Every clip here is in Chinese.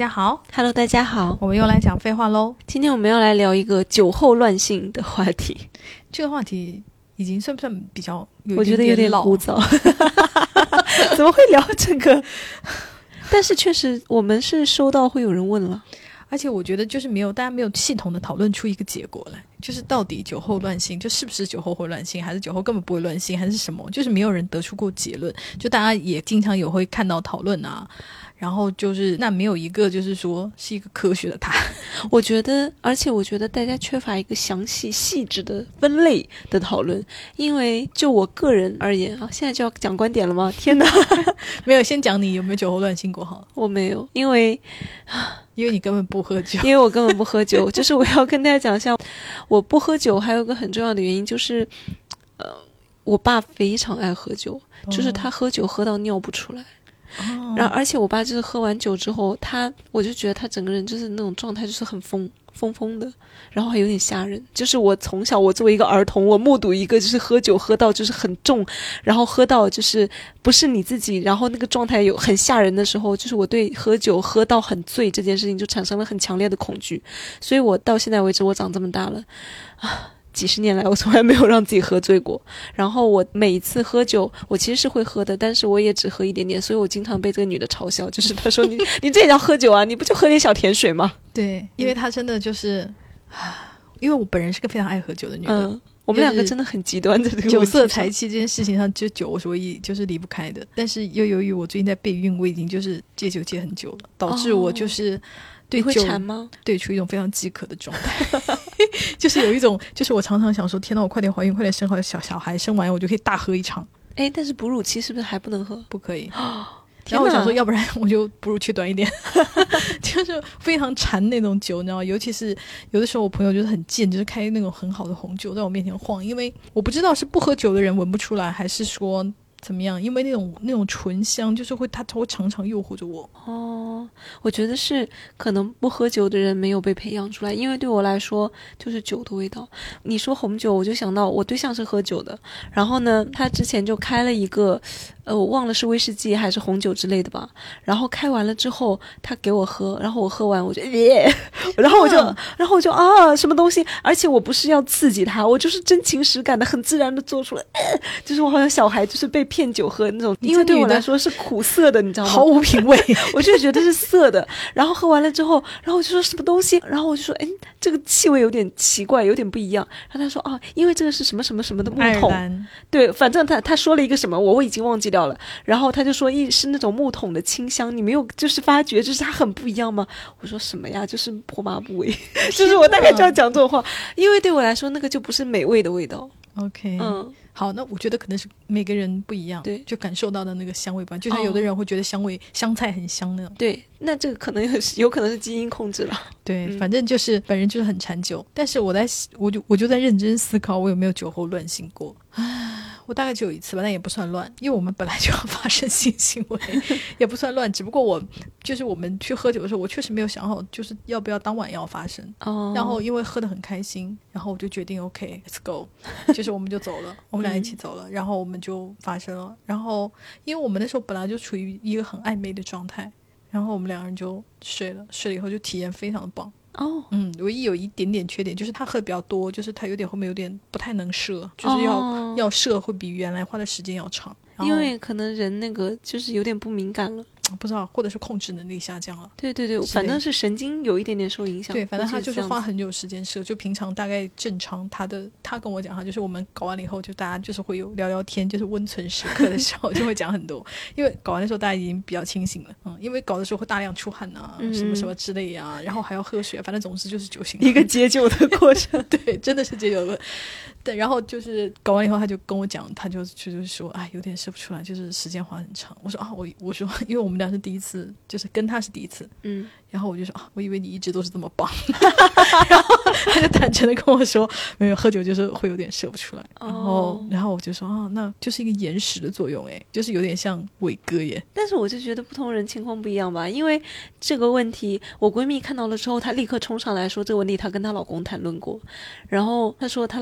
大家好 Hello， 大家好， 我们又来讲废话咯。 今天我们要来聊一个酒后乱性的话题。 这个话题已经算不算比较有我觉得有点枯燥怎么会聊这个但是确实我们是收到会有人问了， 而且我觉得就是大家没有系统的讨论出一个结果来，就是到底酒后乱性就是不是酒后会乱性，还是酒后根本不会乱性，还是什么，就是没有人得出过结论。就大家也经常有会看到讨论啊，然后就是那没有一个就是说是一个科学的答案。 而且我觉得大家缺乏一个详细细致的分类的讨论。因为就我个人而言啊，现在就要讲观点了吗？天哪没有，先讲你有没有酒后乱性过好了。 我没有，因为你根本不喝酒。 因为我根本不喝酒就是我要跟大家讲一下，我不喝酒还有一个很重要的原因就是我爸非常爱喝酒，就是他喝酒喝到尿不出来。然后而且我爸就是喝完酒之后我就觉得他整个人就是那种状态就是很疯的，然后还有点吓人。就是我从小我作为一个儿童，我目睹一个就是喝酒喝到就是很重，然后喝到就是不是你自己，然后那个状态有很吓人的时候，就是我对喝酒喝到很醉这件事情就产生了很强烈的恐惧。所以我到现在为止，我长这么大了几十年来我从来没有让自己喝醉过。然后我每一次喝酒我其实是会喝的，但是我也只喝一点点，所以我经常被这个女的嘲笑，就是她说你这也叫喝酒啊，你不就喝点小甜水吗？ 对，因为她真的就是因为我本人是个非常爱喝酒的女人， 我们两个真的很极端，在这个酒色财气这件事情上，就酒所以就是离不开的。但是又由于我最近在备孕，我已经就是戒酒戒很久了，导致我就是对酒会馋吗？ 对，处于一种非常饥渴的状态就是有一种就是我常常想说天哪，我快点怀孕，快点生好小孩，生完我就可以大喝一场。 但是哺乳期是不是还不能喝？ 不可以然后我想说要不然我就哺乳期短一点就是非常馋那种酒，你知道吗？尤其是有的时候我朋友就是很贱，就是开那种很好的红酒在我面前晃，因为我不知道是不喝酒的人闻不出来还是说怎么样，因为那种醇香就是它会常常诱惑着我。 我觉得是可能不喝酒的人没有被培养出来，因为对我来说就是酒的味道。你说红酒我就想到我对象是喝酒的，然后呢他之前就开了一个我忘了是威士忌还是红酒之类的吧，然后开完了之后他给我喝，然后我喝完我就然后我就什么东西，而且我不是要刺激他，我就是真情实感的很自然的做出来就是我好像小孩就是被骗酒喝那种，因为对我来说是苦涩的，你知道吗？ 毫无品味我就觉得是涩的，然后喝完了之后，然后我就说什么东西，然后我就说这个气味有点奇怪，有点不一样。然后他说因为这个是什么什么什么的木桶，对，反正他说了一个什么我已经忘记掉了，然后他就说是那种木桶的清香，你没有就是发觉就是它很不一样吗？我说什么呀，就是破麻不味就是我大概就要讲这种话，因为对我来说那个就不是美味的味道。 OK，好，那我觉得可能是每个人不一样， 对， 就感受到的那个香味不一样，就像有的人会觉得香菜很香那种， 对，那这个可能有可能是基因控制了。 对，反正就是本人就是很馋酒，但是我就在认真思考我有没有酒后乱性过。我大概只有一次吧，但也不算乱，因为我们本来就要发生性行为也不算乱，只不过我们去喝酒的时候我确实没有想好就是要不要当晚要发生然后因为喝得很开心，然后我就决定 OK let's go 就是我们就走了我们俩一起走了然后我们就发生了，然后因为我们那时候本来就处于一个很暧昧的状态，然后我们两个人就睡了以后就体验非常的棒。唯一有一点点缺点就是他喝的比较多，就是他后面有点不太能射，就是要射会比原来花的时间要长， 因为可能人那个就是有点不敏感了， 不知道或者是控制能力下降了。 对对对，反正是神经有一点点受影响。 对，反正他就是花很久时间射，就平常大概正常他跟我讲就是我们搞完了以后就大家就是会有聊聊天，就是温存时刻的时候就会讲很多因为搞完的时候大家已经比较清醒了因为搞的时候会大量出汗什么什么之类然后还要喝水，反正总之就是酒醒一个解酒的过程对，真的是解酒的。对，然后就是搞完以后他就跟我讲，他就是说有点射不出来，就是时间花很长。我说我说因为我们俩是第一次，就是跟他是第一次然后我就说我以为你一直都是这么棒然后他就坦诚的跟我说没有，喝酒就是会有点射不出来然后我就说那就是一个延时的作用就是有点像伟哥耶。 但是我就觉得不同人情况不一样吧，因为这个问题我闺蜜看到了之后她立刻冲上来说这个问题她跟她老公谈论过，然后她说她老公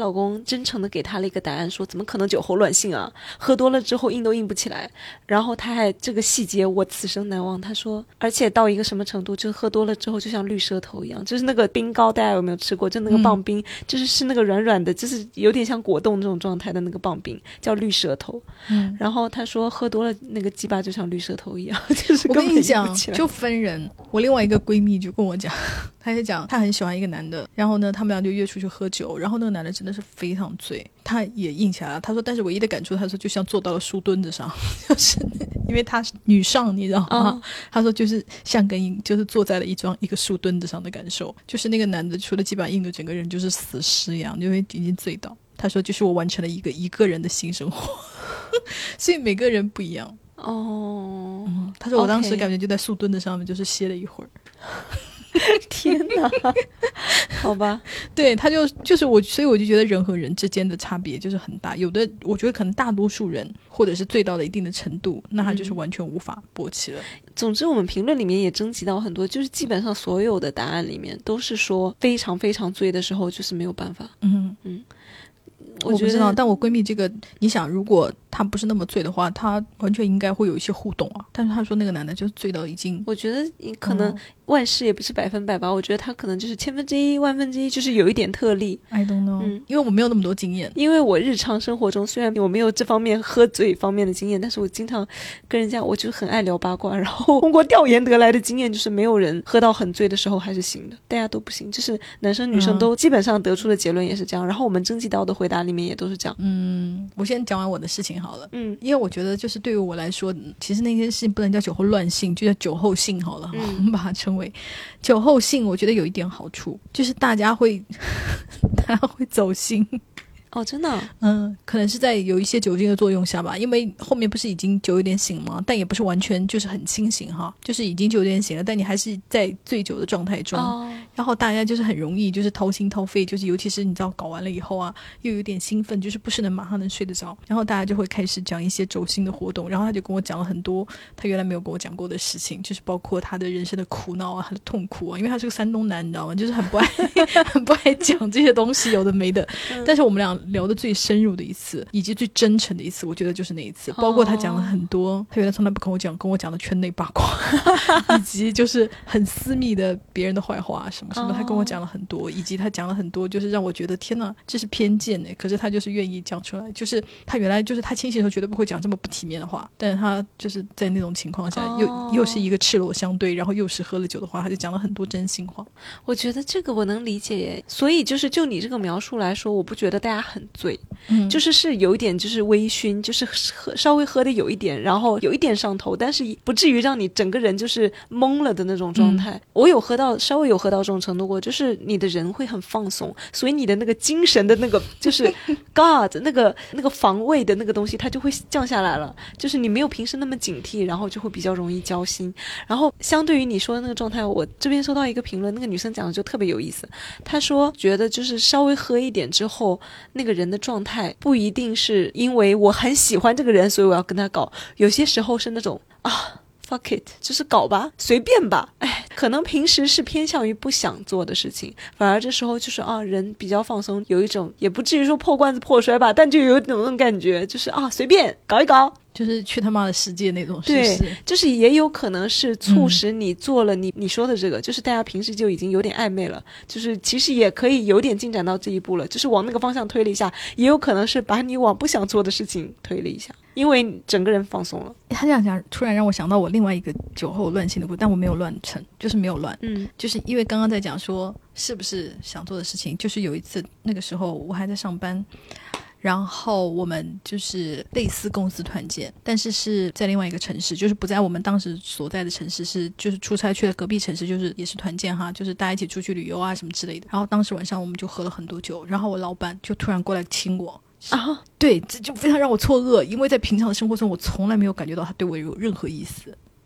真诚的给他了一个答案，说怎么可能酒后乱性啊，喝多了之后硬都硬不起来。然后他还这个细节我此生难忘，他说而且到一个什么程度，就喝多了之后就像绿舌头一样，就是那个冰糕大家有没有吃过，就那个棒冰，就是那个软软的，就是有点像果冻这种状态的那个棒冰叫绿舌头。然后他说喝多了那个鸡巴就像绿舌头一样，就是我根本跟你讲硬不起来就分人。我另外一个闺蜜就跟我讲，她就讲她很喜欢一个男的，然后呢他们俩就约出去喝酒，然后那个男的真的是非常醉，他也硬起来了。他说但是唯一的感触，他说就像坐到了树墩子上，就是因为他是女上你知道吗？他说就是像就是坐在了一个树墩子上的感受，就是那个男的除了鸡巴硬的整个人就是死尸一样，因为已经醉倒。他说就是我完成了一个人的新生活所以每个人不一样。他说我当时感觉就在树墩子上面就是歇了一会儿天哪好吧。 对，他就是我，所以我就觉得人和人之间的差别就是很大。有的我觉得可能大多数人或者是醉到了一定的程度，那他就是完全无法勃起了。 总之我们评论里面也征集到很多，就是基本上所有的答案里面都是说非常非常醉的时候就是没有办法。 我不知道，但我闺蜜这个，你想，如果她不是那么醉的话，她完全应该会有一些互动啊。但是她说那个男的就是醉到已经， 我觉得可能万事也不是100%吧，我觉得他可能就是1/1000、1/1000，就是有一点特例。 I don't know，因为我没有那么多经验。 因为我日常生活中虽然我没有这方面喝醉方面的经验，但是我经常跟人家，我就很爱聊八卦，然后通过调研得来的经验就是没有人喝到很醉的时候还是行的，大家都不行，就是男生女生都基本上得出的结论也是这样。然后我们征集到的回答里面也都是这样。 我先讲完我的事情好了。因为我觉得就是对于我来说，其实那件事情不能叫酒后乱性，就叫酒后性好了。我们把它称为酒后性。我觉得有一点好处，就是大家会走心。 哦，真的？ 可能是在有一些酒精的作用下吧，因为后面不是已经酒有点醒吗？但也不是完全就是很清醒哈，就是已经酒有点醒了，但你还是在醉酒的状态中。然后大家就是很容易就是掏心掏肺，就是尤其是你知道搞完了以后啊，又有点兴奋，就是不是马上能睡得着，然后大家就会开始讲一些走心的活动。然后他就跟我讲了很多他原来没有跟我讲过的事情，就是包括他的人生的苦恼啊，他的痛苦啊，因为他是个山东男，你知道吗？就是很不爱讲这些东西，有的没的。但是我们俩聊得最深入的一次以及最真诚的一次，我觉得就是那一次。包括他讲了很多他原来从来不跟我讲的圈内八卦以及就是很私密的别人的坏话什么什么，他跟我讲了很多，以及他讲了很多就是让我觉得天哪，这是偏见耶，可是他就是愿意讲出来。就是他原来就是他清醒的时候绝对不会讲这么不体面的话，但是他就是在那种情况下又是一个赤裸相对，然后又是喝了酒的话，他就讲了很多真心话。 我觉得这个我能理解耶。所以就你这个描述来说，我不觉得大家很醉，就是有一点就是微醺，就是稍微喝的有一点，然后有一点上头，但是不至于让你整个人就是懵了的那种状态。我稍微有喝到这种程度过，就是你的人会很放松，所以你的那个精神的那个就是 God 那个防卫的那个东西它就会降下来了，就是你没有平时那么警惕，然后就会比较容易交心。然后相对于你说的那个状态，我这边收到一个评论，那个女生讲的就特别有意思，她说觉得就是稍微喝一点之后那个人的状态不一定是因为我很喜欢这个人所以我要跟他搞，有些时候是那种fuck it， 就是搞吧，随便吧。可能平时是偏向于不想做的事情，反而这时候就是人比较放松，有一种也不至于说破罐子破摔吧，但就有一种感觉，就是随便搞一搞， 就是去他妈的世界那种。 对，就是也有可能是促使你做了你说的这个，就是大家平时就已经有点暧昧了，就是其实也可以有点进展到这一步了，就是往那个方向推了一下，也有可能是把你往不想做的事情推了一下，因为整个人放松了。 他这样讲突然让我想到我另外一个酒后乱性的故事，但我没有乱成，就是没有乱。就是因为刚刚在讲说是不是想做的事情，就是有一次那个时候我还在上班，然后我们就是类似公司团建，但是在另外一个城市，就是不在我们当时所在的城市，就是出差去了隔壁城市，就是也是团建哈，就是大家一起出去旅游啊什么之类的。然后当时晚上我们就喝了很多酒，然后我老板就突然过来亲我。对，这就非常让我错愕，因为在平常的生活中我从来没有感觉到他对我有任何意思，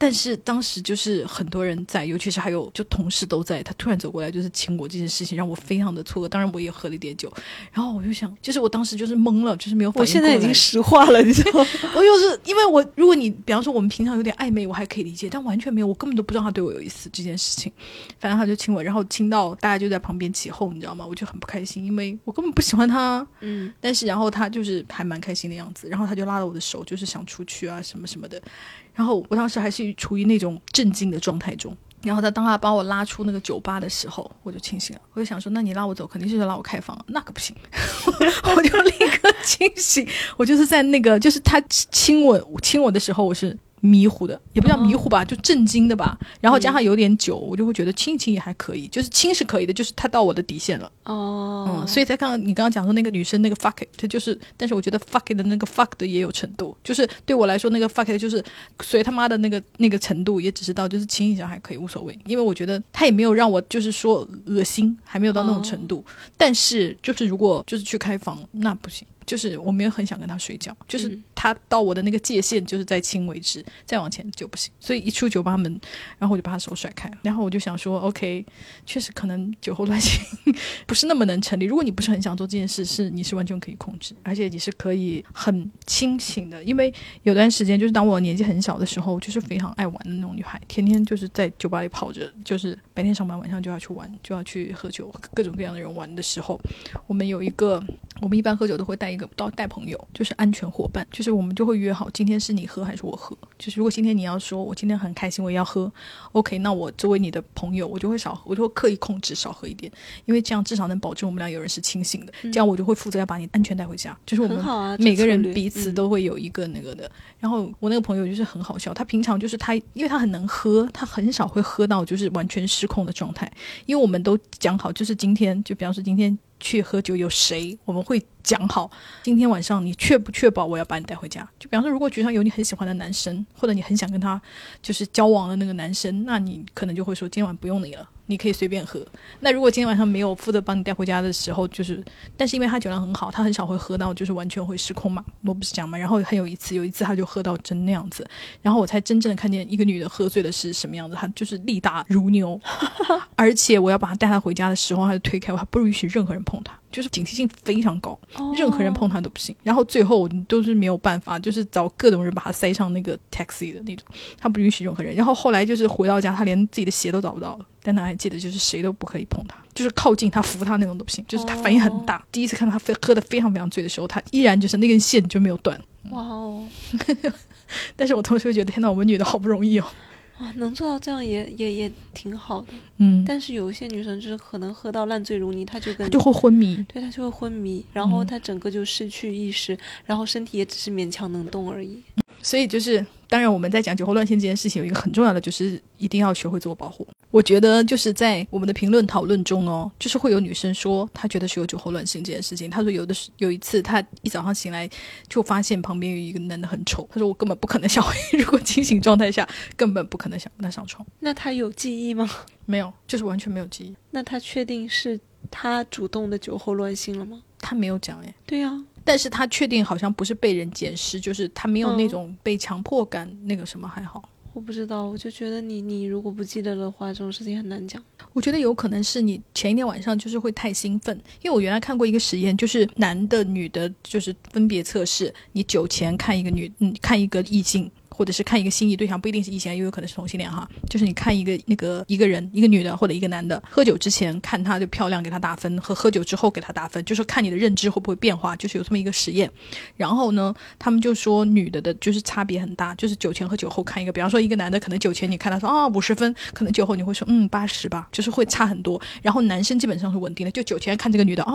但是当时就是很多人在，尤其是还有就同事都在，他突然走过来就是亲我，这件事情让我非常的错愕。当然我也喝了一点酒，然后我就想，就是我当时就是懵了，就是没有反应过来。 我现在已经石化了，你知道吗？ 我就是因为我，如果你比方说我们平常有点暧昧，我还可以理解，但完全没有，我根本都不知道他对我有意思这件事情。反正他就亲我，然后亲到大家就在旁边起哄，你知道吗？我就很不开心，因为我根本不喜欢他。但是然后他就是还蛮开心的样子，然后他就拉了我的手，就是想出去啊什么什么的。然后我当时还是处于那种震惊的状态中。然后当他把我拉出那个酒吧的时候，我就清醒了。我就想说，那你拉我走肯定是拉我开房，那可不行。我就立刻清醒。我就是在那个，就是他亲我的时候，我是迷糊的，也不叫迷糊吧，就震惊的吧。然后加上有点酒，我就会觉得亲一亲也还可以，就是亲是可以的，就是他到我的底线了。所以才你刚刚讲说那个女生那个 fuck it， 她就是，但是我觉得 fuck it 的那个 fuck 的也有程度，就是对我来说那个 fuck it 就是随他妈的那个程度，也只是到就是亲一下还可以无所谓，因为我觉得他也没有让我就是说恶心，还没有到那种程度。但是就是如果就是去开房那不行。就是我没有很想跟他睡觉，就是他到我的那个界限就是在亲为止，再往前就不行。所以一出酒吧门，然后我就把他手甩开，然后我就想说 OK， 确实可能酒后乱性不是那么能成立。如果你不是很想做这件事，你是完全可以控制，而且你是可以很清醒的。因为有段时间就是当我年纪很小的时候，就是非常爱玩的那种女孩，天天就是在酒吧里跑着，就是白天上班晚上就要去玩，就要去喝酒，各种各样的人玩的时候，我们一般喝酒都会带朋友，就是安全伙伴，就是我们就会约好今天是你喝还是我喝，就是如果今天你要说我今天很开心我也要喝 OK， 那我作为你的朋友我就会刻意控制少喝一点，因为这样至少能保证我们俩有人是清醒的，这样我就会负责要把你安全带回家，就是我们每个人彼此都会有一个那个的。然后我那个朋友就是很好笑，他平常就是因为他很能喝，他很少会喝到就是完全失控的状态，因为我们都讲好就是今天就比方说今天去喝酒有谁，我们会讲好今天晚上你确不确保我要把你带回家。就比方说如果局上有你很喜欢的男生，或者你很想跟他就是交往的那个男生，那你可能就会说今天晚不用你了，你可以随便喝。那如果今天晚上没有负责帮你带回家的时候，就是但是因为他酒量很好，他很少会喝到就是完全会失控嘛，我不是讲嘛。然后有一次他就喝到真那样子，然后我才真正的看见一个女的喝醉的是什么样子，她就是力大如牛而且我要把她带她回家的时候，她就推开我，她不允许任何人碰她，就是警惕性非常高，任何人碰她都不行。然后最后我都是没有办法，就是找各种人把她塞上那个 taxi 的那种，她不允许任何人。然后后来就是回到家，她连自己的鞋都找不到了，但她还记得就是谁都不可以碰她，就是靠近她扶她那种都不行，就是她反应很大。第一次看到她喝得非常非常醉的时候，她依然就是那根线就没有断。 哇哦但是我同时会觉得天哪，我们女的好不容易哦， 能做到这样也挺好的。但是有一些女生就是可能喝到烂醉如泥，她就会昏迷， 对，她就会昏迷，然后她整个就失去意识，然后身体也只是勉强能动而已。 所以就是当然我们在讲酒后乱性这件事情有一个很重要的，就是一定要学会自我保护。我觉得就是在我们的评论讨论中就是会有女生说她觉得是有酒后乱性这件事情。她说有一次她一早上醒来就发现旁边有一个男的很丑，她说我根本不可能想如果清醒状态下根本不可能想跟他上床。 那她有记忆吗？ 没有，就是完全没有记忆。 那她确定是她主动的酒后乱性了吗？ 她没有讲对啊， 但是他确定好像不是被人捡尸，就是他没有那种被强迫感，那个什么还好。 我不知道，我就觉得你如果不记得的话，这种事情很难讲。 我觉得有可能是你前一天晚上就是会太兴奋，因为我原来看过一个实验，就是男的女的就是分别测试，你酒前看一个异性，或者是看一个心仪对象，不一定是异性，也有可能是同性恋哈。就是你看一个人，一个女的或者一个男的，喝酒之前看他就漂亮给他打分，和喝酒之后给他打分，就是看你的认知会不会变化，就是有这么一个实验。然后呢，他们就说女的就是差别很大，就是酒前和酒后看一个，比方说一个男的可能酒前你看他说50分，可能酒后你会说80吧，就是会差很多。然后男生基本上是稳定的，就酒前看这个女的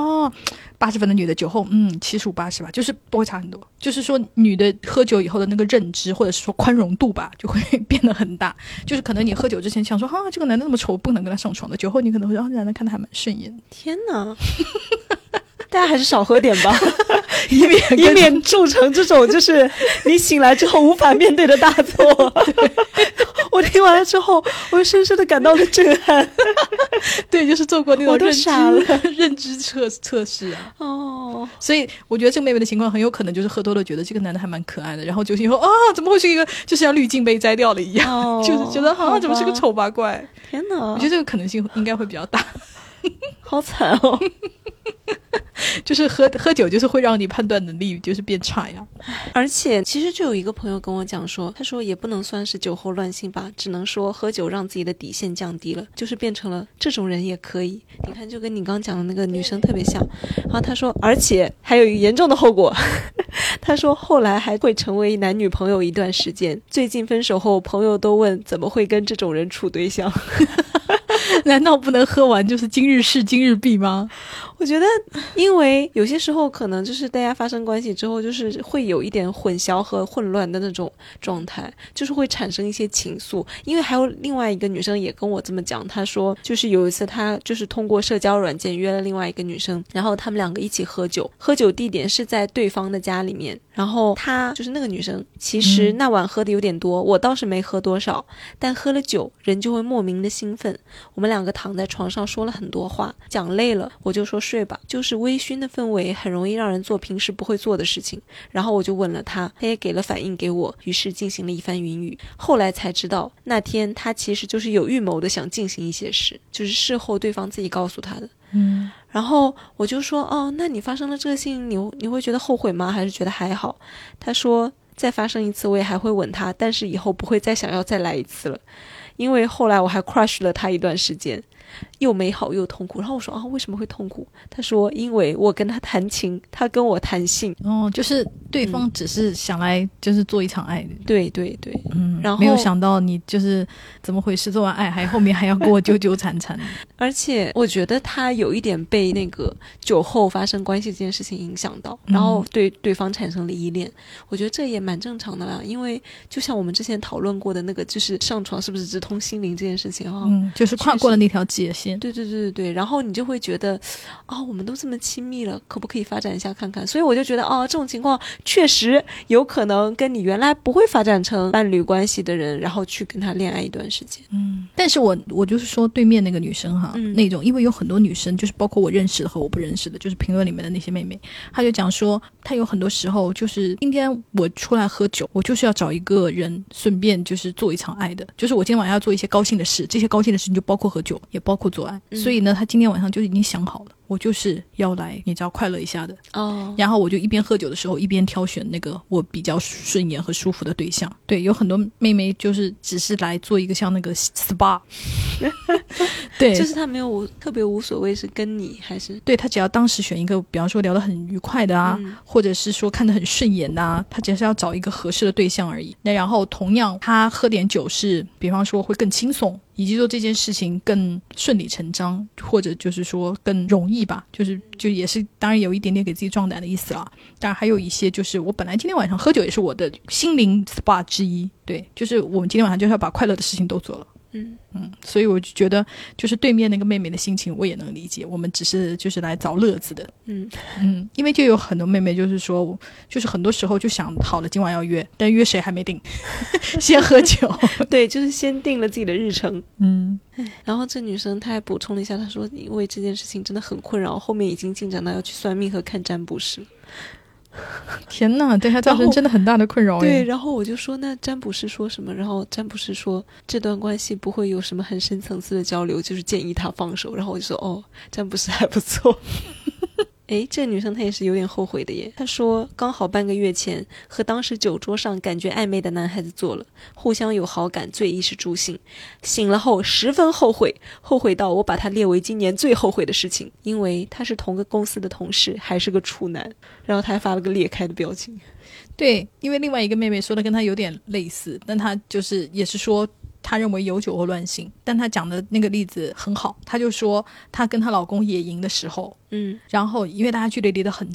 80分的女的，酒后75、80吧，就是不会差很多。就是说女的喝酒以后的那个认知或者是说宽容度吧，就会变得很大。就是可能你喝酒之前想说这个男的那么丑，不能跟他上床的，酒后你可能会说这男的看他还蛮顺眼。 天哪大家还是少喝点吧以免铸成这种就是你醒来之后无法面对的大错我听完了之后我深深的感到了震撼对，就是做过那种我都傻了认知测试啊。 哦， 所以我觉得这个妹妹的情况很有可能就是喝多了觉得这个男的还蛮可爱的，然后酒醒后啊怎么会是一个就像滤镜被摘掉了一样， 哦就是觉得啊怎么是个丑八怪。 天哪， 我觉得这个可能性应该会比较大。 好惨哦。 就是喝酒就是会让你判断能力就是变差呀。 而且其实就有一个朋友跟我讲说，他说也不能算是酒后乱性吧，只能说喝酒让自己的底线降低了，就是变成了这种人也可以。你看就跟你刚讲的那个女生特别像。然后他说而且还有一个严重的后果，他说后来还会成为男女朋友一段时间，最近分手后朋友都问怎么会跟这种人处对象。 难道不能喝完就是今日事今日毕吗？ 我觉得因为有些时候可能就是大家发生关系之后就是会有一点混淆和混乱的那种状态，就是会产生一些情愫。因为还有另外一个女生也跟我这么讲，她说就是有一次她就是通过社交软件约了另外一个女生，然后他们两个一起喝酒，喝酒地点是在对方的家里面，然后她就是那个女生其实那晚喝的有点多，我倒是没喝多少，但喝了酒人就会莫名的兴奋。我们两个躺在床上说了很多话，讲累了我就说睡吧，就是微醺的氛围很容易让人做平时不会做的事情。然后我就吻了他，他也给了反应给我，于是进行了一番云雨。后来才知道那天他其实就是有预谋的想进行一些事，就是事后对方自己告诉他的。然后我就说哦，那你发生了这个事情你会觉得后悔吗？还是觉得还好？他说再发生一次我也还会吻他，但是以后不会再想要再来一次了。因为后来我还 crush 了他一段时间，又美好又痛苦。然后我说啊，为什么会痛苦？他说因为我跟他谈情，他跟我谈性。 哦，就是对方只是想来就是做一场爱的。 对对对，然后没有想到你就是怎么回事，做完爱还后面还要跟我纠纠缠缠。 而且我觉得他有一点被那个酒后发生关系这件事情影响到，然后对对方产生了依恋。我觉得这也蛮正常的啦，因为就像我们之前讨论过的那个就是上床是不是直通心灵这件事情就是跨过了那条界限。 对对对对对，然后你就会觉得我们都这么亲密了，可不可以发展一下看看？所以我就觉得这种情况确实有可能跟你原来不会发展成伴侣关系的人，然后去跟他恋爱一段时间。 但是我就是说对面那个女生哈，那种因为有很多女生就是包括我认识的和我不认识的，就是评论里面的那些妹妹，她就讲说她有很多时候就是今天我出来喝酒，我就是要找一个人顺便就是做一场爱的，就是我今天晚上要做一些高兴的事，这些高兴的事情就包括喝酒也包括做爱，所以呢她今天晚上就已经想好了，我就是要来你知道快乐一下的然后我就一边喝酒的时候一边挑选那个我比较顺眼和舒服的对象。对，有很多妹妹就是只是来做一个像那个 SPA 对， 就是她没有特别无所谓是跟你还是对，她只要当时选一个比方说聊得很愉快的或者是说看得很顺眼的她只是要找一个合适的对象而已。那然后同样她喝点酒是比方说会更轻松，以及说这件事情更顺理成章，或者就是说更容易吧，就也是当然有一点点给自己壮胆的意思啦。当然还有一些就是我本来今天晚上喝酒也是我的心灵 SPA 之一，对，就是我们今天晚上就是要把快乐的事情都做了。所以我就觉得就是对面那个妹妹的心情我也能理解，我们只是就是来找乐子的。因为就有很多妹妹就是说就是很多时候就想好了今晚要约，但约谁还没定先喝酒对，就是先定了自己的日程。然后这女生她还补充了一下，她说因为这件事情真的很困扰，后面已经进展到要去算命和看占卜师。 天哪，对他造成真的很大的困扰。 对，然后我就说那占卜师说什么？然后占卜师说这段关系不会有什么很深层次的交流，就是建议他放手。然后我就说占卜师还不错。这女生她也是有点后悔的耶。她说刚好半个月前和当时酒桌上感觉暧昧的男孩子做了，互相有好感，醉意是助兴，醒了后十分后悔，后悔到我把他列为今年最后悔的事情，因为他是同个公司的同事，还是个处男。然后他还发了个裂开的表情。 对，因为另外一个妹妹说的跟他有点类似，但她就是也是说她认为有酒后乱性，但她讲的那个例子很好，她就说她跟她老公野营的时候然后因为大家距离离得很近，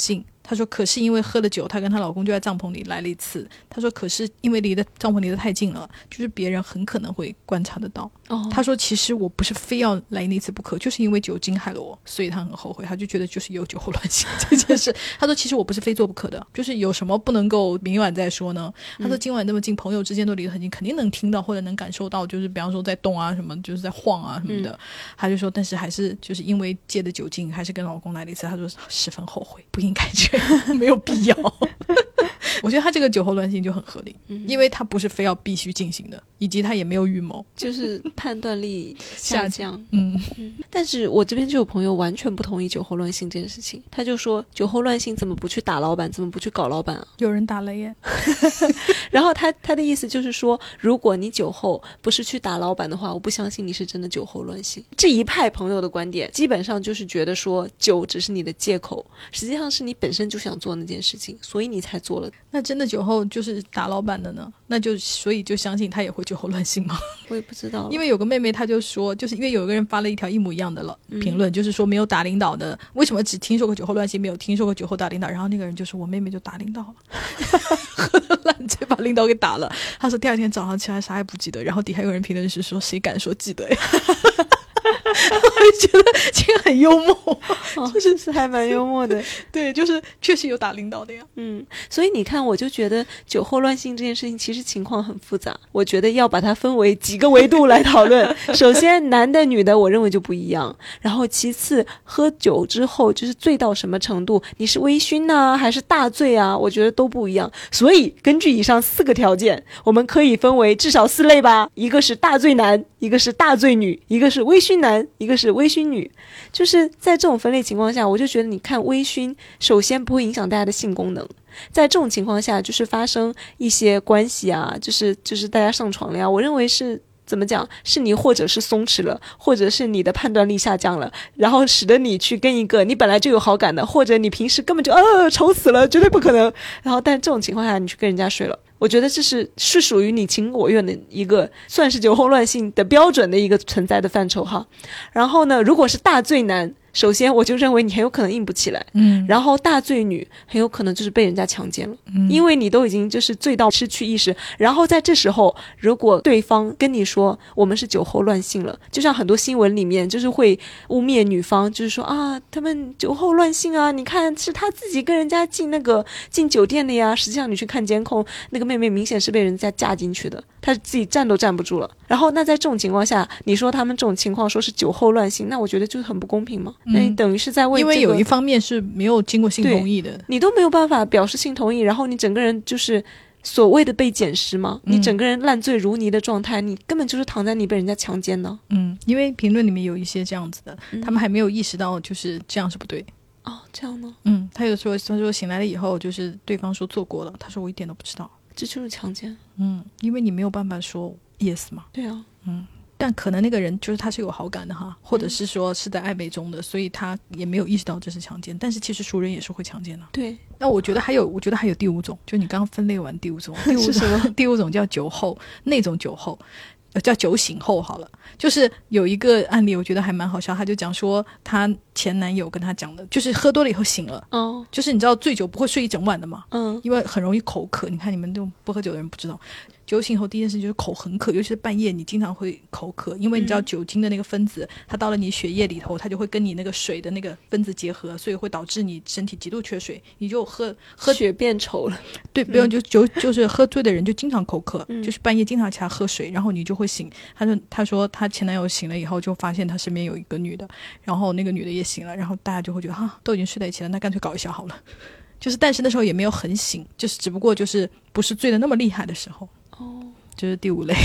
她说可是因为喝了酒，她跟她老公就在帐篷里来了一次，她说可是因为帐篷离得太近了，就是别人很可能会观察得到。她说其实我不是非要来那次不可，就是因为酒精害了我，所以她很后悔，她就觉得就是有酒后乱性这件事。她说其实我不是非做不可的，就是有什么不能够明晚再说呢？她说今晚这么近，朋友之间都离得很近，肯定能听到或者能感受到，就是比方说在动啊什么，就是在晃啊什么的。她就说但是还是就是因为借的酒精，还是跟老公来了一次，她说十分后悔，不应该这样，没有必要。我觉得他这个酒后乱性就很合理，因为他不是非要必须进行的，以及他也没有预谋， 就是判断力下降。但是我这边就有朋友完全不同意酒后乱性这件事情，他就说酒后乱性怎么不去打老板，怎么不去搞老板啊？ 有人打了耶。 然后他的意思就是说，如果你酒后不是去打老板的话，我不相信你是真的酒后乱性。这一派朋友的观点基本上就是觉得说酒只是你的借口，实际上是你本身就想做那件事情，所以你才做了。 那真的酒后就是打老板的呢？那就所以就相信他也会酒后乱性吗？ 我也不知道， 因为有个妹妹她就说，就是因为有一个人发了一条一模一样的评论，就是说没有打领导的，为什么只听说过酒后乱性，没有听说过酒后打领导？然后那个人就说我妹妹就打领导了，喝得烂醉把领导给打了。他说第二天早上起来啥也不记得，然后底下有人评论是说谁敢说记得呀？我觉得这个很幽默， 就是还蛮幽默的。 对，就是确实有打领导的呀。 所以你看，我就觉得酒后乱性这件事情其实情况很复杂，我觉得要把它分为几个维度来讨论。首先男的女的我认为就不一样，然后其次喝酒之后就是醉到什么程度，你是微醺啊还是大醉啊，我觉得都不一样。所以根据以上4个条件，我们可以分为至少4类吧，一个是大醉男，一个是大醉女，一个是微醺男，一个是微醺女。就是在这种分类情况下，我就觉得你看微醺首先不会影响大家的性功能，在这种情况下就是发生一些关系啊，就是大家上床了呀，我认为是怎么讲，是你或者是松弛了，或者是你的判断力下降了，然后使得你去跟一个你本来就有好感的，或者你平时根本就愁死了，绝对不可能，然后但这种情况下你去跟人家睡了，我觉得这是属于你情我愿的一个算是酒后乱性的标准的一个存在的范畴哈。然后呢，如果是大醉男，首先我就认为你很有可能硬不起来，然后大醉女很有可能就是被人家强奸了，因为你都已经就是醉到失去意识，然后在这时候如果对方跟你说我们是酒后乱性了，就像很多新闻里面就是会污蔑女方，就是说啊他们酒后乱性啊，你看是他自己跟人家进酒店的呀，实际上你去看监控，那个妹妹明显是被人家嫁进去的，她自己站都站不住了。然后那在这种情况下，你说他们这种情况说是酒后乱性，那我觉得就是很不公平嘛。那你等于是在为因为有一方面是没有经过性同意的， 你都没有办法表示性同意，然后你整个人就是所谓的被捡尸嘛，你整个人烂醉如泥的状态，你根本就是躺在你被人家强奸呢。 因为评论里面有一些这样子的，他们还没有意识到就是这样是不对。 哦，这样吗？ 他说醒来了以后，就是对方说做过了，他说我一点都不知道， 这就是强奸。 因为你没有办法说 yes 嘛。 对啊。 但可能那个人就是他是有好感的哈，或者是说是在暧昧中的，所以他也没有意识到这是强奸。但是其实熟人也是会强奸的。 对。 那我觉得还有第5种，就你刚刚分类完第5种，第5种叫酒后，那种酒后叫酒醒后好了。就是有一个案例我觉得还蛮好笑，他就讲说他前男友跟他讲的，就是喝多了以后醒了，就是你知道醉酒不会睡一整晚的嘛，因为很容易口渴，你看你们这种不喝酒的人不知道，酒醒后第一件事就是口很渴，尤其是半夜你经常会口渴，因为你知道酒精的那个分子它到了你血液里头，它就会跟你那个水的那个分子结合，所以会导致你身体极度缺水，你就喝血变稠了。 对，不用就是喝醉的人就经常口渴，就是半夜经常起来喝水，然后你就会醒。他说他前男友醒了以后就发现他身边有一个女的，然后那个女的也醒了，然后大家就会觉得都已经睡在一起了，那干脆搞一下好了。就是但是那时候也没有很醒，就是只不过就是不是醉的那么厉害的时候。就是第5类。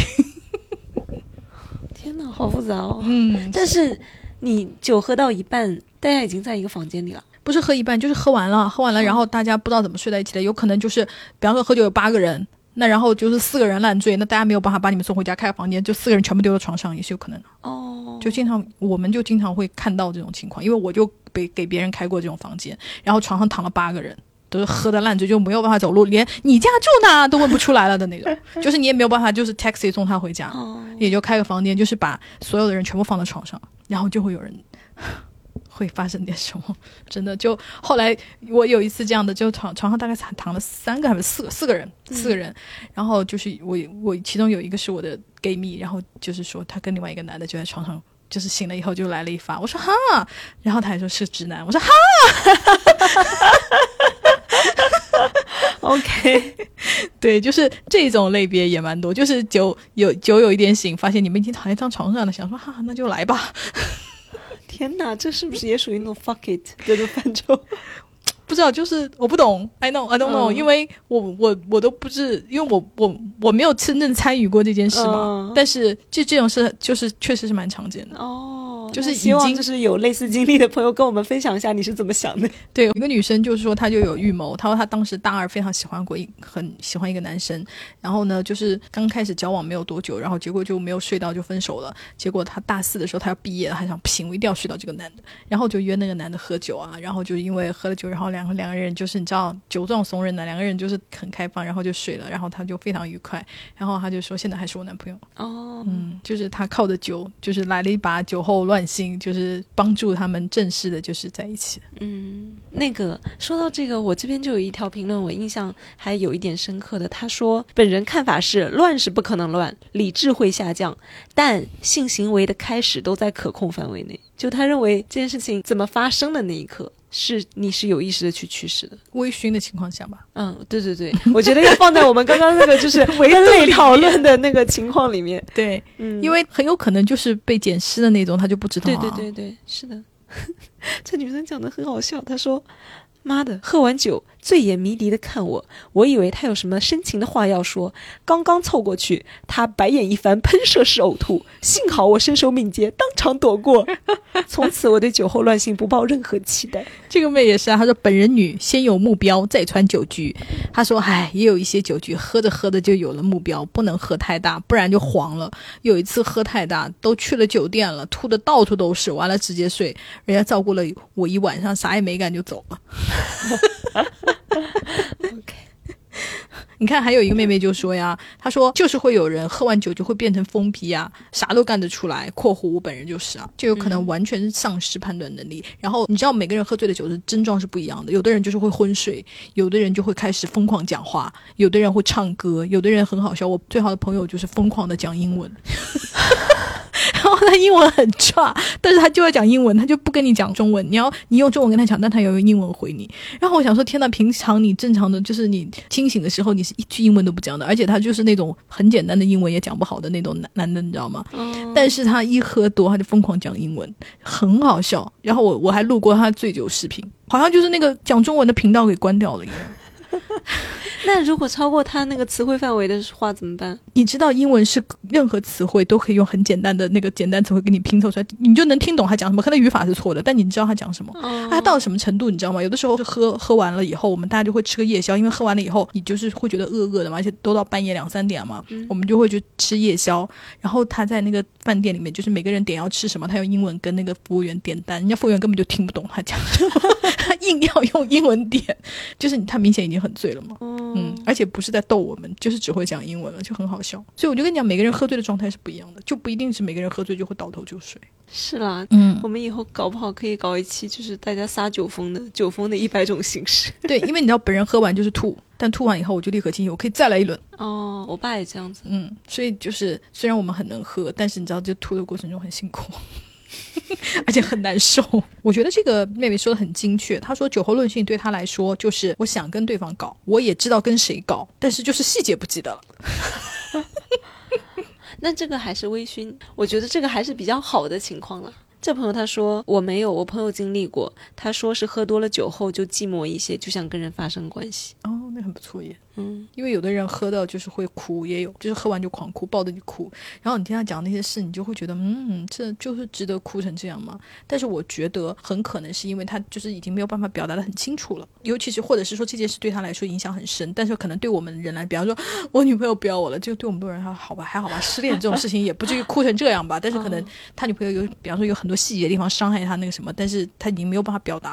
天哪，好复杂哦。但是你酒喝到一半，大家已经在一个房间里了。 不是喝一半，就是喝完了，然后大家不知道怎么睡在一起的，有可能就是比方说喝酒有8个人，那然后就是4个人烂醉，那大家没有办法把你们送回家开个房间，就4个人全部丢到床上也是有可能的。我们就经常会看到这种情况，因为我就给别人开过这种房间，然后床上躺了8个人，都是喝的烂醉，就没有办法走路，连你家住哪都问不出来了的那种。就是你也没有办法就是 taxi 送他回家，也就开个房间，就是把所有的人全部放在床上，然后就会有人会发生点什么，真的。就后来我有一次这样的，就床上大概躺了3个还是4个人，然后就是我其中有一个是我的 gay 蜜，然后就是说他跟另外一个男的就在床上，就是醒了以后就来了一发，我说哈，然后他还说是直男，我说哈 OK 对，就是这种类别也蛮多，就是酒有一点醒，发现你们已经躺在一张床上了，想说哈那就来吧。 天哪，这是不是也属于那种 fuck it 这种范畴？ 不知道，就是我不懂 I don't know，因为我都不是，因为我没有真正参与过这件事嘛，但是这种事就是确实是蛮常见的就是希望就是有类似经历的朋友跟我们分享一下你是怎么想的。 对，有一个女生就是说她就有预谋，她说她当时大2非常很喜欢一个男生，然后呢就是刚开始交往没有多久，然后结果就没有睡到就分手了，结果她大4的时候她要毕业了，她想不行我一定要睡到这个男的，然后就约那个男的喝酒啊，然后就因为喝了酒，然后两个人就是你知道酒壮怂人的，两个人就是很开放，然后就睡了，然后他就非常愉快，然后他就说现在还是我男朋友就是他靠着酒就是来了一把酒后乱性，就是帮助他们正式的就是在一起。 那个说到这个，我这边就有一条评论我印象还有一点深刻的，他说本人看法是乱是不可能乱，理智会下降，但性行为的开始都在可控范围内，就他认为这件事情怎么发生的那一刻你是有意识的去驱使的， 微醺的情况下吧。 对对对，我觉得要放在我们刚刚那个就是分类讨论的那个情况里面。 对，因为很有可能就是被捡尸的那种，他就不知道对对对对，是的。这女生讲的很好笑，她说妈的，喝完酒醉眼迷离的看我以为他有什么深情的话要说，刚刚凑过去，他白眼一翻，喷射式呕吐，幸好我身手敏捷，当场躲过。从此我对酒后乱性不抱任何期待。 这个妹也是啊，她说本人女，先有目标再传酒局。她说也有一些酒局喝着喝着就有了目标，不能喝太大，不然就黄了。有一次喝太大，都去了酒店了，吐的到处都是，完了直接睡，人家照顾了我一晚上，啥也没干就走了。 OK， 你看还有一个妹妹就说呀，她说就是会有人喝完酒就会变成疯批啊，啥都干得出来，括弧我本人就是啊，就有可能完全是丧失判断能力。然后你知道每个人喝醉的酒的症状是不一样的，有的人就是会昏睡，有的人就会开始疯狂讲话，有的人会唱歌，有的人很好笑，我最好的朋友就是疯狂的讲英文。然后他英文很差，但是他就要讲英文，他就不跟你讲中文，你用中文跟他讲，但他要用英文回你。然后我想说天哪，平常你正常的就是你清醒的时候你是一句英文都不讲的，而且他就是那种很简单的英文也讲不好的那种男的，你知道吗？但是他一喝多他就疯狂讲英文，很好笑。然后我还录过他醉酒视频，好像就是那个讲中文的频道给关掉了一样。 那如果超过他那个词汇范围的话怎么办？ 你知道英文是任何词汇都可以用很简单的那个简单词汇给你拼凑出来，你就能听懂他讲什么，可能语法是错的，但你知道他讲什么。他到了什么程度你知道吗？有的时候喝完了以后，我们大家就会吃个夜宵，因为喝完了以后你就是会觉得饿的嘛，而且都到半夜2-3点嘛，我们就会去吃夜宵。然后他在那个饭店里面，就是每个人点要吃什么，他用英文跟那个服务员点单，人家服务员根本就听不懂他讲什么，他硬要用英文点，就是他明显已经很醉了嘛。而且不是在逗我们，就是只会讲英文了，就很好笑。所以我就跟你讲，每个人喝醉的状态是不一样的，就不一定是每个人喝醉就会倒头就睡。 是啦，我们以后搞不好可以搞一期，就是大家撒酒疯的100种形式。 对，因为你知道本人喝完就是吐，但吐完以后我就立刻清醒，我可以再来一轮。 我爸也这样子。 所以就是虽然我们很能喝，但是你知道这吐的过程中很辛苦。而且很难受。我觉得这个妹妹说的很精确，她说酒后论性对她来说就是我想跟对方搞，我也知道跟谁搞，但是就是细节不记得了。 那这个还是微醺，我觉得这个还是比较好的情况了。这朋友他说我没有，我朋友经历过，他说是喝多了酒后就寂寞一些，就想跟人发生关系。 那很不错耶。因为有的人喝到就是会哭，也有就是喝完就狂哭，抱着你哭，然后你听他讲那些事，你就会觉得这就是值得哭成这样吗？但是我觉得很可能是因为他就是已经没有办法表达得很清楚了，尤其是或者是说这件事对他来说影响很深，但是可能对我们人来比方说我女朋友不要我了，就对我们多人还好吧，失恋这种事情也不至于哭成这样吧，但是可能他女朋友有比方说有很多细节的地方伤害他那个什么，但是他已经没有办法表达了。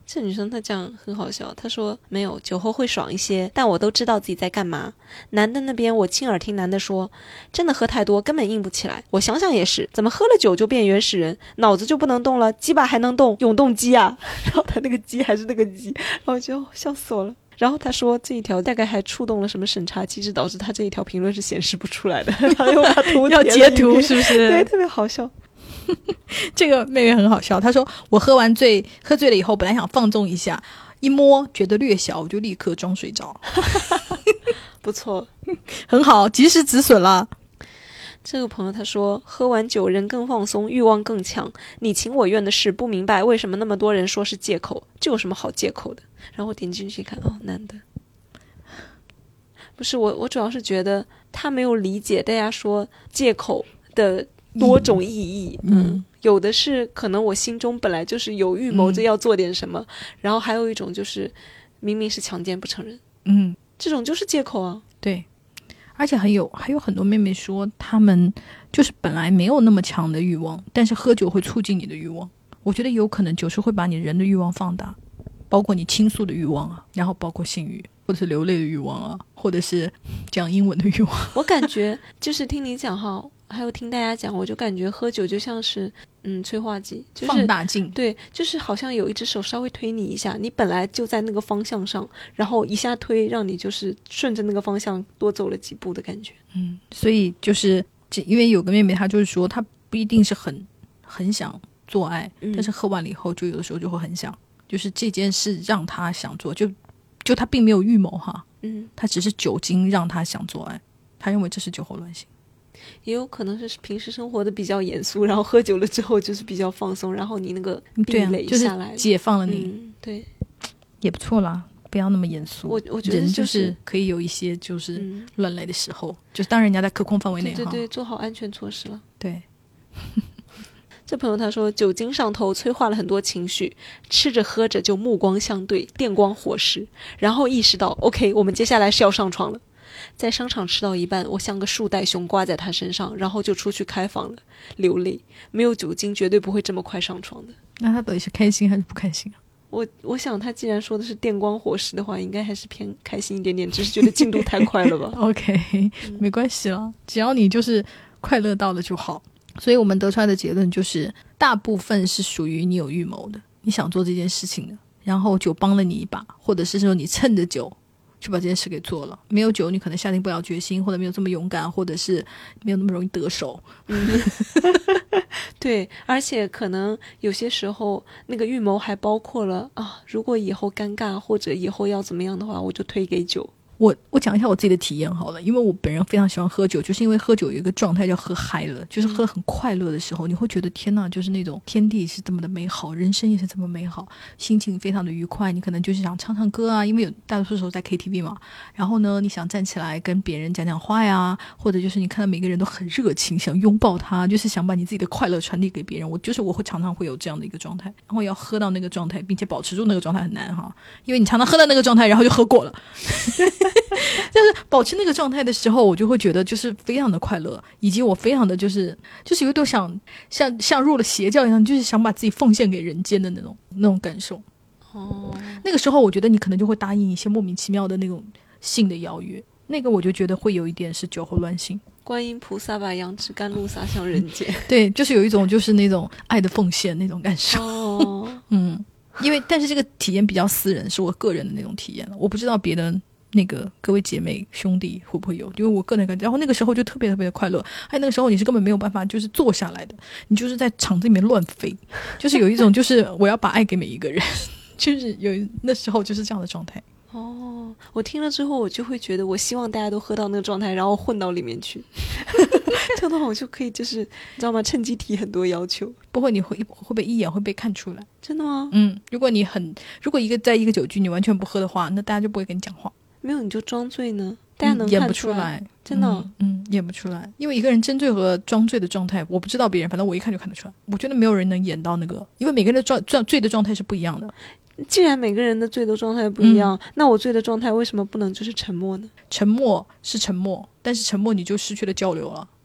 这女生她这样很好笑，她说没有，酒后会爽一些，但我都知道自己在干嘛。男的那边我亲耳听男的说，真的喝太多根本硬不起来。我想想也是，怎么喝了酒就变原始人，脑子就不能动了，鸡巴还能动，永动机啊。然后他那个鸡还是那个鸡，然后就笑死我了。然后他说这一条大概还触动了什么审查机制，导致他这一条评论是显示不出来的，然后又把图要截图是不是？ 对，特别好笑。 这个妹妹很好笑，她说我喝醉了以后本来想放纵一下，一摸觉得略小，我就立刻装睡着。 不错， 很好，及时止损了。 这个朋友他说，喝完酒人更放松，欲望更强，你情我愿的事，不明白为什么那么多人说是借口，这有什么好借口的？然后我点进去看，哦，男的。不是我主要是觉得他没有理解大家说借口的多种意义。有的是可能我心中本来就是有预谋着要做点什么，然后还有一种就是明明是强奸不承认，这种就是借口啊。 对，而且还有很多妹妹说她们就是本来没有那么强的欲望，但是喝酒会促进你的欲望。我觉得有可能酒是会把你人的欲望放大，包括你倾诉的欲望啊，然后包括性欲，或者是流泪的欲望啊，或者是讲英文的欲望。 我感觉就是听你讲哈，还有听大家讲，我就感觉喝酒就像是催化剂，就是放大镜。 对，就是好像有一只手稍微推你一下，你本来就在那个方向上，然后一下推，让你就是顺着那个方向多走了几步的感觉。 所以就是因为有个妹妹她就是说她不一定是很想做爱，但是喝完了以后就有的时候就会很想，就是这件事让她想做，就她并没有预谋哈，她只是酒精让她想做爱，她认为这是酒后乱性。 也有可能是平时生活的比较严肃，然后喝酒了之后就是比较放松，然后你那个壁垒下来， 就是解放了你。 对， 也不错啦，不要那么严肃。 我觉得人就是可以有一些就是乱来的时候，就是当人家在可控范围内哈。 对，做好安全措施了。 对。 这朋友他说，酒精上头催化了很多情绪，吃着喝着就目光相对，电光火石，然后意识到 OK， 我们接下来是要上床了。在商场吃到一半，我像个树袋熊挂在他身上，然后就出去开房了，流泪。没有酒精绝对不会这么快上床的。 那他到底是开心还是不开心啊？ 我想他既然说的是电光火石的话，应该还是偏开心一点点，只是觉得进度太快了吧。 OK， 没关系了，只要你就是快乐到了就好。所以我们得出来的结论就是，大部分是属于你有预谋的，你想做这件事情的，然后酒帮了你一把，或者是说你趁着酒去把这件事给做了。没有酒你可能下定不了决心，或者没有这么勇敢，或者是没有那么容易得手。 对，而且可能有些时候那个预谋还包括了如果以后尴尬或者以后要怎么样的话，我就推给酒。 我讲一下我自己的体验好了，因为我本人非常喜欢喝酒，就是因为喝酒有一个状态叫喝嗨了，就是喝得很快乐的时候，你会觉得天哪，就是那种天地是这么的美好，人生也是这么美好，心情非常的愉快，你可能就是想唱唱歌啊，因为有大多数时候在 KTV 嘛，然后呢你想站起来跟别人讲讲话呀，或者就是你看到每个人都很热情，想拥抱他，就是想把你自己的快乐传递给别人。我会常常会有这样的一个状态，然后要喝到那个状态并且保持住那个状态很难哈，因为你常常喝到那个状态然后就喝过了。就是保持那个状态的时候，我就会觉得就是非常的快乐，以及我非常的就是有一种像入了邪教一样，就是想把自己奉献给人间的那种感受。那个时候我觉得你可能就会答应一些莫名其妙的那种性的邀约，那个我就觉得会有一点是酒后乱性。 观音菩萨把杨枝甘露洒向人间。 对，就是有一种就是那种爱的奉献那种感受。因为但是这个体验比较私人，是我个人的那种体验了，我不知道别的那个各位姐妹兄弟会不会有，因为我个人感觉，然后那个时候就特别特别的快乐，那个时候你是根本没有办法就是坐下来的，你就是在场子里面乱飞，就是有一种就是我要把爱给每一个人，就是那时候就是这样的状态。 我听了之后我就会觉得我希望大家都喝到那个状态，然后混到里面去。这样的话我就可以就是你知道吗，趁机提很多要求。 不会，你会不会一眼会被看出来？ 真的吗？ 如果在一个酒局你完全不喝的话，那大家就不会跟你讲话。 没有你就装醉呢，大家能演看出来。 真的演不出来，因为一个人真醉和装醉的状态我不知道别人，反正我一看就看得出来。我觉得没有人能演到那个，因为每个人的醉的状态是不一样的。 既然每个人的醉的状态不一样，那我醉的状态为什么不能就是沉默呢？ 沉默是沉默，但是沉默你就失去了交流了。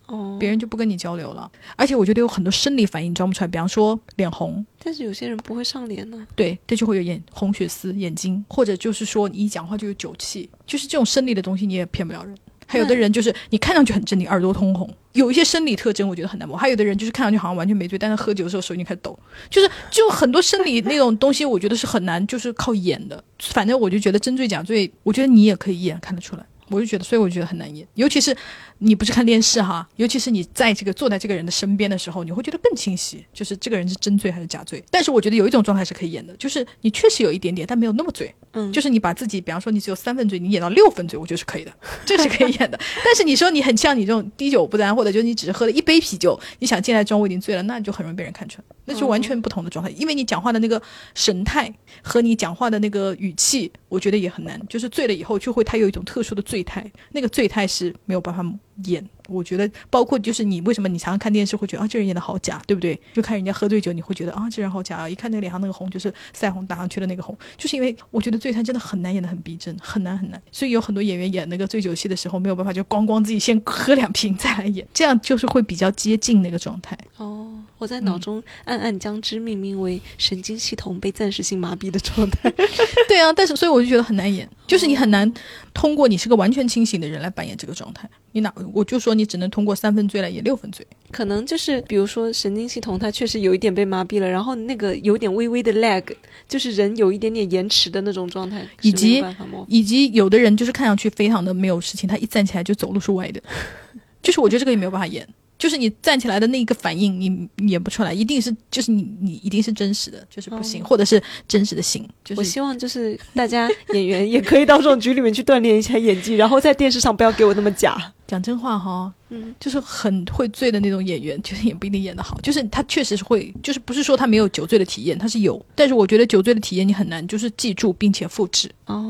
别人就不跟你交流了。而且我觉得有很多生理反应装不出来，比方说脸红， 但是有些人不会上脸呢。 对，这就会有红血丝、眼睛，或者就是说你一讲话就有酒气，就是这种生理的东西你也骗不了人。还有的人就是你看上去很狰狞，耳朵通红，有一些生理特征我觉得很难摸。还有的人就是看上去好像完全没醉，但是喝酒的时候手已经开始抖，就很多生理那种东西我觉得是很难就是靠演的。反正我就觉得真醉假醉，我觉得你也可以演看得出来，我就觉得，所以我觉得很难演。尤其是你不是看电视哈，尤其是你在这个坐在这个人的身边的时候，你会觉得更清晰，就是这个人是真醉还是假醉。但是我觉得有一种状态是可以演的，就是你确实有一点点但没有那么醉，就是你把自己比方说你只有3分醉，你演到6分醉，我觉得是可以的，这是可以演的。但是你说你很像你这种滴酒不沾，或者就是你只是喝了1杯啤酒，你想进来装我已经醉了，那就很容易被人看出来，那就完全不同的状态。因为你讲话的那个神态和你讲话的那个语气我觉得也很难，就是醉了以后就会它有一种特殊的醉态，那个醉态是没有办法演。我觉得包括就是你为什么你常常看电视会觉得这人演的好假，对不对？就看人家喝醉酒你会觉得这人好假，一看那个脸上那个红就是腮红打上去的那个红，就是因为我觉得醉态真的很难演得很逼真，很难很难。所以有很多演员演那个醉酒戏的时候没有办法就光自己先喝2瓶再来演，这样就是会比较接近那个状态。 我在脑中暗暗将之命名为神经系统被暂时性麻痹的状态。 对啊，但是所以我就觉得很难演，就是你很难通过你是个完全清醒的人来扮演这个状态。我就说你只能通过3分醉来演6分醉。 可能就是比如说神经系统它确实有一点被麻痹了，然后那个有点微微的 lag， 就是人有一点点延迟的那种状态， 以及有的人就是看上去非常的没有事情，他一站起来就走路是歪的，就是我觉得这个也没有办法演。就是你站起来的那一个反应你演不出来，一定是就是你一定是真实的，就是不行，或者是真实的行。就是我希望就是大家演员也可以到这种局里面去锻炼一下演技，然后在电视上不要给我那么假。 讲真话哈，就是很会醉的那种演员，就是也不一定演得好。就是他确实是会，就是不是说他没有酒醉的体验，他是有，但是我觉得酒醉的体验你很难就是记住并且复制。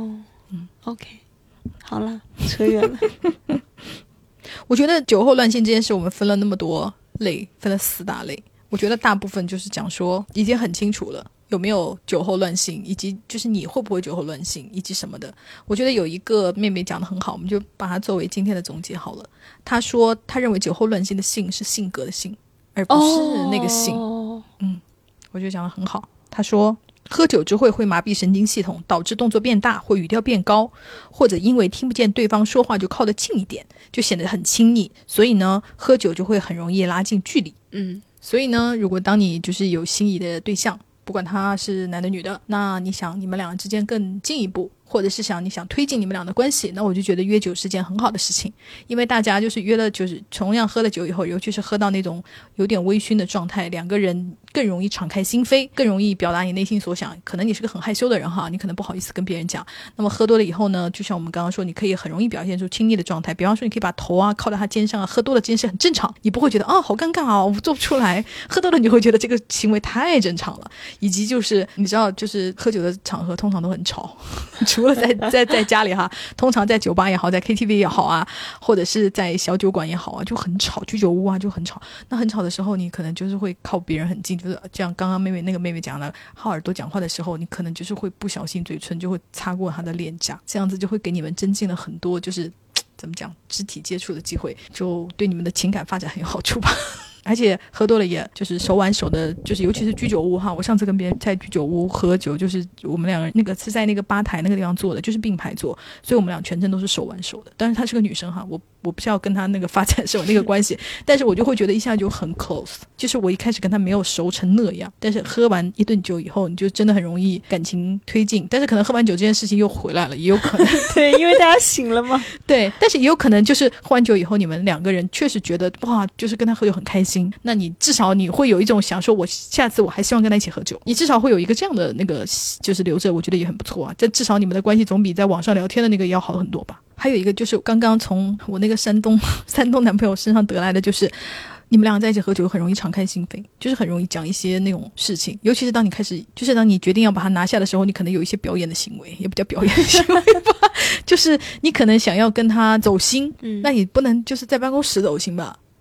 OK， 好了，扯远了。 我觉得酒后乱性这件事我们分了那么多类，分了4大类，我觉得大部分就是讲说已经很清楚了有没有酒后乱性，以及就是你会不会酒后乱性以及什么的。我觉得有一个妹妹讲得很好，我们就把它作为今天的总结好了。她说她认为酒后乱性的性是性格的性，而不是那个性。我觉得讲得很好。她说喝酒之后会麻痹神经系统，导致动作变大或语调变高，或者因为听不见对方说话就靠得近一点，就显得很亲昵，所以呢喝酒就会很容易拉近距离。所以呢如果当你就是有心仪的对象，不管他是男的女的，那你想你们两个之间更进一步，或者是你想推进你们俩的关系，那我就觉得约酒是件很好的事情。因为大家就是约了，就是同样喝了酒以后，尤其是喝到那种有点微醺的状态，两个人更容易敞开心扉，更容易表达你内心所想。可能你是个很害羞的人哈，你可能不好意思跟别人讲，那么喝多了以后呢，就像我们刚刚说，你可以很容易表现出亲昵的状态，比方说你可以把头靠到他肩上喝多了这件事很正常，你不会觉得好尴尬我做不出来。喝多了你会觉得这个行为太正常了。以及就是你知道，就是喝酒的场合通常都很吵，除了在家里哈，通常在酒吧也好，在 KTV 也好啊，或者是在小酒馆也好啊，就很吵，居酒屋就很吵。那很吵的时候，你可能就是会靠别人很近，就是像刚刚那个妹妹讲的，靠耳朵讲话的时候，你可能就是会不小心嘴唇就会擦过她的脸颊，这样子就会给你们增进了很多就是怎么讲肢体接触的机会，就对你们的情感发展很有好处吧。而且喝多了也就是手挽手的，就是尤其是居酒屋哈，我上次跟别人在居酒屋喝酒，就是我们两个人那个是在那个吧台那个地方坐的，就是并排坐，所以我们俩全程都是手挽手的。但是她是个女生哈，我不是要跟她那个发展什么那个关系，但是我就会觉得一下就很 close， 就是我一开始跟她没有熟成那样，但是喝完一顿酒以后，你就真的很容易感情推进。但是可能喝完酒这件事情又回来了，也有可能对，因为大家醒了嘛。 对，但是也有可能就是喝完酒以后，你们两个人确实觉得哇，就是跟他喝酒很开心。那你至少你会有一种想说，我下次我还希望跟他一起喝酒，你至少会有一个这样的那个就是留着，我觉得也很不错啊。这至少你们的关系总比在网上聊天的那个要好很多吧。还有一个就是刚刚从我那个山东男朋友身上得来的，就是你们两个在一起喝酒很容易敞开心扉，就是很容易讲一些那种事情，尤其是当你开始就是当你决定要把它拿下的时候，你可能有一些表演的行为，也不叫表演的行为吧，就是你可能想要跟他走心，那你不能就是在办公室走心吧，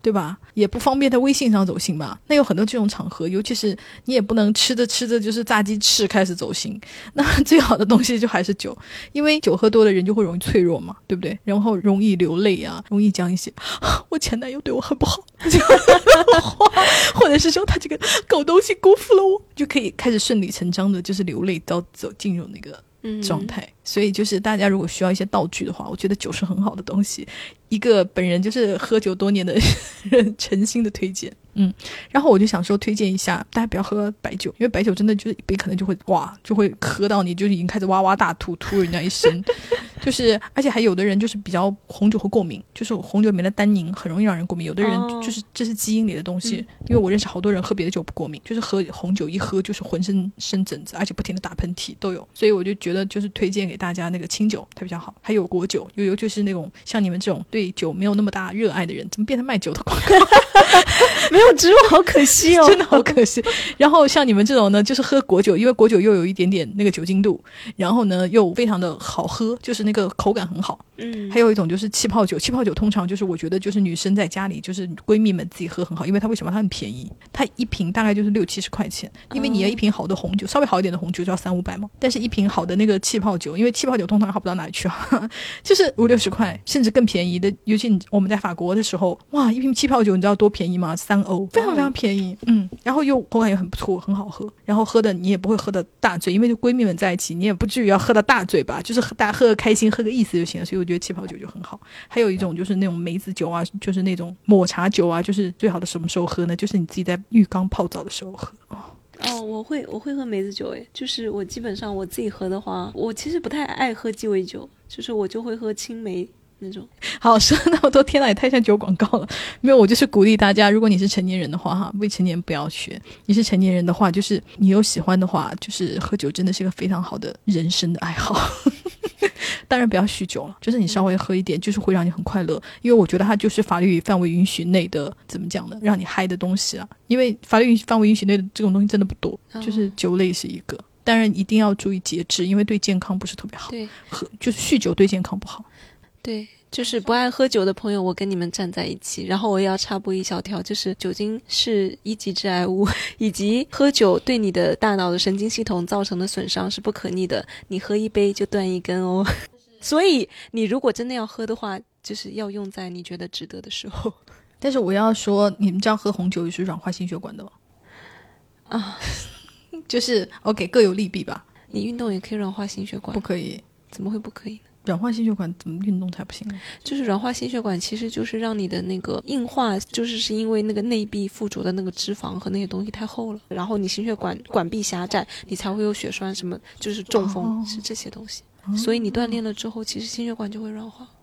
对吧？也不方便在微信上走心吧。那有很多这种场合，尤其是你也不能吃着吃着就是炸鸡翅开始走心，那最好的东西就还是酒，因为酒喝多的人就会容易脆弱嘛，对不对？然后容易流泪啊，容易讲一些我前男友对我很不好或者是说他这个狗东西辜负了我，就可以开始顺理成章的就是流泪到走进入那个状态。所以就是大家如果需要一些道具的话，我觉得酒是很好的东西，一个本人就是喝酒多年的人诚心的推荐。然后我就想说推荐一下大家不要喝白酒，因为白酒真的就是一杯可能就会就会喝到你就是已经开始哇哇大吐人家一身就是而且还有的人就是比较红酒会过敏，就是红酒里面的单宁很容易让人过敏，有的人就是这是基因里的东西。因为我认识好多人喝别的酒不过敏，就是喝红酒一喝就是浑身生疹子，而且不停的打喷嚏都有。所以我就觉得就是推荐给大家那个清酒它比较好，还有果酒，尤其是那种像你们这种对酒没有那么大热爱的人，怎么变成卖酒的广告没有植入，好可惜哦， 真的好可惜。然后像你们这种呢，就是喝果酒，因为果酒又有一点点那个酒精度，然后呢又非常的好喝，就是那个口感很好。还有一种就是气泡酒，气泡酒通常就是我觉得就是女生在家里就是闺蜜们自己喝很好，因为它为什么它很便宜，它一瓶大概就是60-70块钱，因为你要一瓶好的红酒，稍微好一点的红酒就要300-500嘛，但是一瓶好的那个气泡酒，因为气泡酒通常好不到哪里去啊，就是50-60块甚至更便宜的。尤其我们在法国的时候，哇，一瓶气泡酒你知道多便宜吗？3欧，非常非常便宜。然后又口感也很不错，很好喝，然后喝的你也不会喝的大醉，因为就闺蜜们在一起你也不至于要喝到大醉吧，就是大家喝个开心喝个意思就行了。所以我觉得气泡酒就很好。还有一种就是那种梅子酒啊，就是那种抹茶酒啊，就是最好的什么时候喝呢？就是你自己在浴缸泡澡的时候喝。 我会喝梅子酒诶，就是我基本上我自己喝的话，我其实不太爱喝鸡尾酒，就是我就会喝青梅那种。 好，说那么多，天哪，也太像酒广告了。没有，我就是鼓励大家，如果你是成年人的话未成年不要学，你是成年人的话，就是你有喜欢的话，就是喝酒真的是一个非常好的人生的爱好当然不要酗酒了，就是你稍微喝一点就是会让你很快乐，因为我觉得它就是法律范围允许内的，怎么讲呢，让你嗨的东西啊。因为法律范围允许内的这种东西真的不多，就是酒类是一个，当然一定要注意节制，因为对健康不是特别好。 对， 就是酗酒对健康不好。 对，就是不爱喝酒的朋友，我跟你们站在一起。然后我也要插播一小条，就是酒精是一级致癌物，以及喝酒对你的大脑的神经系统造成的损伤是不可逆的，你喝一杯就断一根哦。所以你如果真的要喝的话，就是要用在你觉得值得的时候。 但是我要说，你们这样喝红酒也是软化心血管的哦。就是 OK 各有利弊吧。 你运动也可以软化心血管？ 不可以。 怎么会不可以呢？ 软化心血管怎么运动才不行呢？ 就是软化心血管其实就是让你的那个硬化，就是因为那个内壁附着的那个脂肪和那些东西太厚了，然后你心血管管壁狭窄，你才会有血栓什么，就是中风，是这些东西。所以你锻炼了之后，其实心血管就会软化。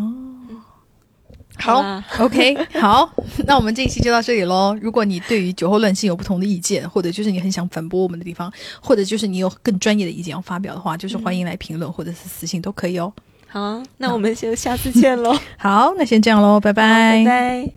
好 OK 好，那我们这一期就到这里咯。如果你对于酒后乱性有不同的意见，或者就是你很想反驳我们的地方，或者就是你有更专业的意见要发表的话，就是欢迎来评论或者是私信都可以哦。 好，那我们就下次见咯。 好，那先这样咯，拜拜。 拜拜。